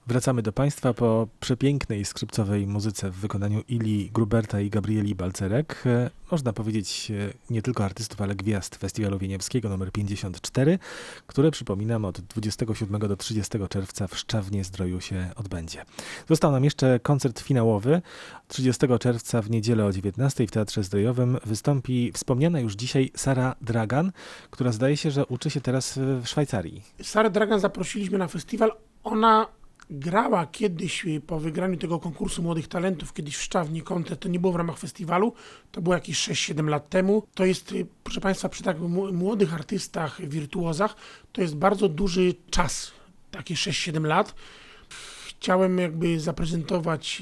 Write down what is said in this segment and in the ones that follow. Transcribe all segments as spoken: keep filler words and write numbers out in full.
Wracamy do Państwa po przepięknej skrzypcowej muzyce w wykonaniu Ili Gruberta i Gabrieli Balcerek. Można powiedzieć nie tylko artystów, ale gwiazd Festiwalu Wieniawskiego numer pięćdziesiąt cztery, które, przypominam, od dwudziestego siódmego do trzydziestego czerwca w Szczawnie-Zdroju się odbędzie. Został nam jeszcze koncert finałowy. trzydziestego czerwca w niedzielę o dziewiętnastej w Teatrze Zdrojowym wystąpi wspomniana już dzisiaj Sara Dragan, która zdaje się, że uczy się teraz w Szwajcarii. Sarę Dragan zaprosiliśmy na festiwal. Ona grała kiedyś po wygraniu tego konkursu Młodych Talentów, kiedyś w Szczawnie koncert, to nie było w ramach festiwalu, to było jakieś sześć siedem lat temu. To jest, proszę Państwa, przy tak młodych artystach, wirtuozach, to jest bardzo duży czas, takie sześć siedem lat. Chciałem jakby zaprezentować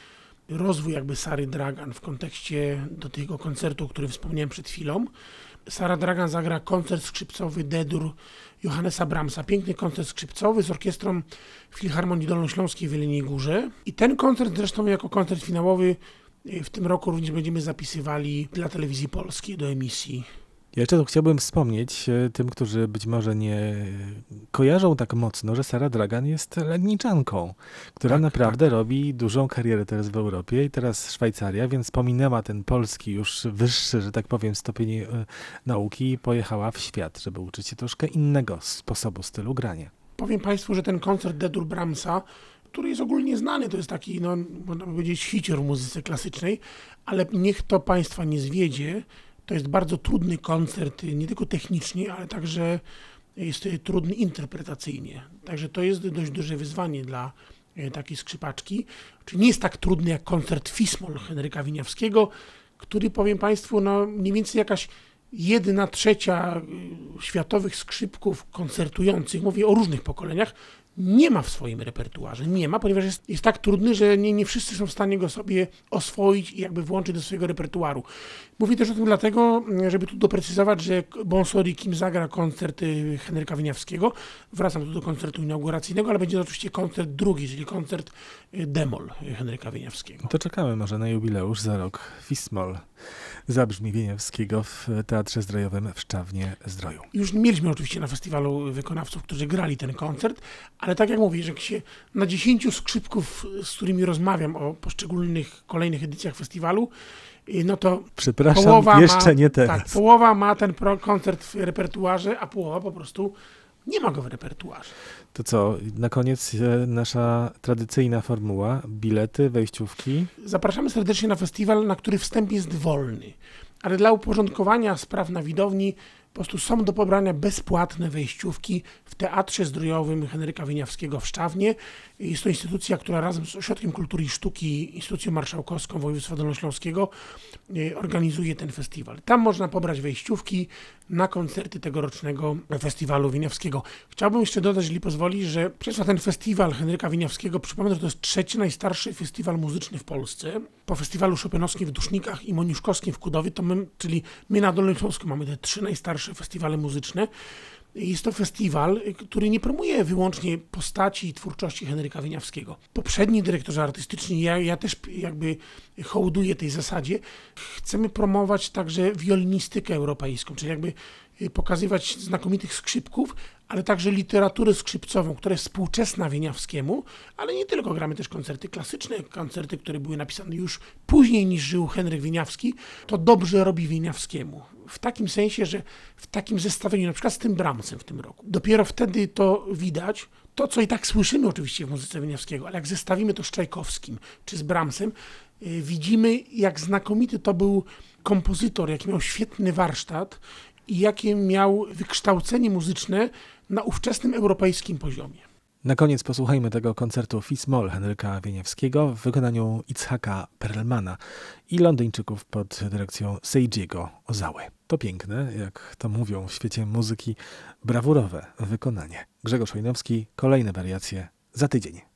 rozwój jakby Sary Dragan w kontekście do tego koncertu, o którym wspomniałem przed chwilą. Sara Dragan zagra koncert skrzypcowy D-dur Johannesa Brahmsa. Piękny koncert skrzypcowy z orkiestrą Filharmonii Dolnośląskiej w Jeleniej Górze. I ten koncert zresztą jako koncert finałowy w tym roku również będziemy zapisywali dla Telewizji Polskiej do emisji. Ja jeszcze tu chciałbym wspomnieć tym, którzy być może nie kojarzą tak mocno, że Sara Dragan jest Legniczanką, która tak, naprawdę tak. robi dużą karierę teraz w Europie i teraz Szwajcaria, więc pominęła ten polski już wyższy, że tak powiem, stopień nauki i pojechała w świat, żeby uczyć się troszkę innego sposobu, stylu grania. Powiem Państwu, że ten koncert D-dur Brahmsa, który jest ogólnie znany, to jest taki, no, można powiedzieć, hicior w muzyce klasycznej, ale niech to Państwa nie zwiedzie. To jest bardzo trudny koncert, nie tylko technicznie, ale także jest trudny interpretacyjnie. Także to jest dość duże wyzwanie dla takiej skrzypaczki. Czyli nie jest tak trudny jak koncert Fis-moll Henryka Wieniawskiego, który, powiem Państwu, no mniej więcej jakaś jedna trzecia światowych skrzypków koncertujących, mówię o różnych pokoleniach, nie ma w swoim repertuarze. Nie ma, ponieważ jest, jest tak trudny, że nie, nie wszyscy są w stanie go sobie oswoić i jakby włączyć do swojego repertuaru. Mówię też o tym dlatego, żeby tu doprecyzować, że Bon Sori Kim zagra koncert Henryka Wieniawskiego. Wracam tu do koncertu inauguracyjnego, ale będzie to oczywiście koncert drugi, czyli koncert D-moll Henryka Wieniawskiego. To czekamy może na jubileusz za rok. Fis-moll zabrzmi Wieniawskiego w Teatrze Zdrojowym w Szczawnie-Zdroju. Już mieliśmy oczywiście na festiwalu wykonawców, którzy grali ten koncert, ale tak jak mówię, że się na dziesięciu skrzypków, z którymi rozmawiam o poszczególnych kolejnych edycjach festiwalu, no to Przepraszam, połowa jeszcze ma, nie teraz. Tak, połowa ma ten pro, koncert w repertuarze, a połowa po prostu nie ma go w repertuarze. To co, na koniec nasza tradycyjna formuła, bilety, wejściówki. Zapraszamy serdecznie na festiwal, na który wstęp jest wolny, ale dla uporządkowania spraw na widowni po prostu są do pobrania bezpłatne wejściówki w Teatrze Zdrojowym Henryka Wieniawskiego w Szczawnie. Jest to instytucja, która razem z Ośrodkiem Kultury i Sztuki, Instytucją Marszałkowską Województwa Dolnośląskiego organizuje ten festiwal. Tam można pobrać wejściówki na koncerty tegorocznego Festiwalu Wieniawskiego. Chciałbym jeszcze dodać, jeżeli pozwoli, że przez ten festiwal Henryka Wieniawskiego, przypomnę, że to jest trzeci najstarszy festiwal muzyczny w Polsce. Po festiwalu Chopinowskim w Dusznikach i Moniuszkowskim w Kudowie, to my, czyli my na Dolnym Śląsku mamy te trzy najstarsze festiwale muzyczne. Jest to festiwal, który nie promuje wyłącznie postaci i twórczości Henryka Wieniawskiego. Poprzedni dyrektorzy artystyczni, ja, ja też jakby hołduję tej zasadzie, chcemy promować także wiolinistykę europejską, czyli jakby pokazywać znakomitych skrzypków, ale także literaturę skrzypcową, która jest współczesna Wieniawskiemu, ale nie tylko, gramy też koncerty klasyczne, koncerty, które były napisane już później niż żył Henryk Wieniawski, to dobrze robi Wieniawskiemu. W takim sensie, że w takim zestawieniu, na przykład z tym Brahmsem w tym roku, dopiero wtedy to widać, to co i tak słyszymy oczywiście w muzyce Wieniawskiego, ale jak zestawimy to z Czajkowskim czy z Brahmsem, yy, widzimy, jak znakomity to był kompozytor, jaki miał świetny warsztat i jakie miał wykształcenie muzyczne na ówczesnym europejskim poziomie. Na koniec posłuchajmy tego koncertu Fis-moll Henryka Wieniawskiego w wykonaniu Itzhaka Perlmana i Londyńczyków pod dyrekcją Seijiego Ozały. To piękne, jak to mówią w świecie muzyki, brawurowe wykonanie. Grzegorz Chojnowski, kolejne wariacje za tydzień.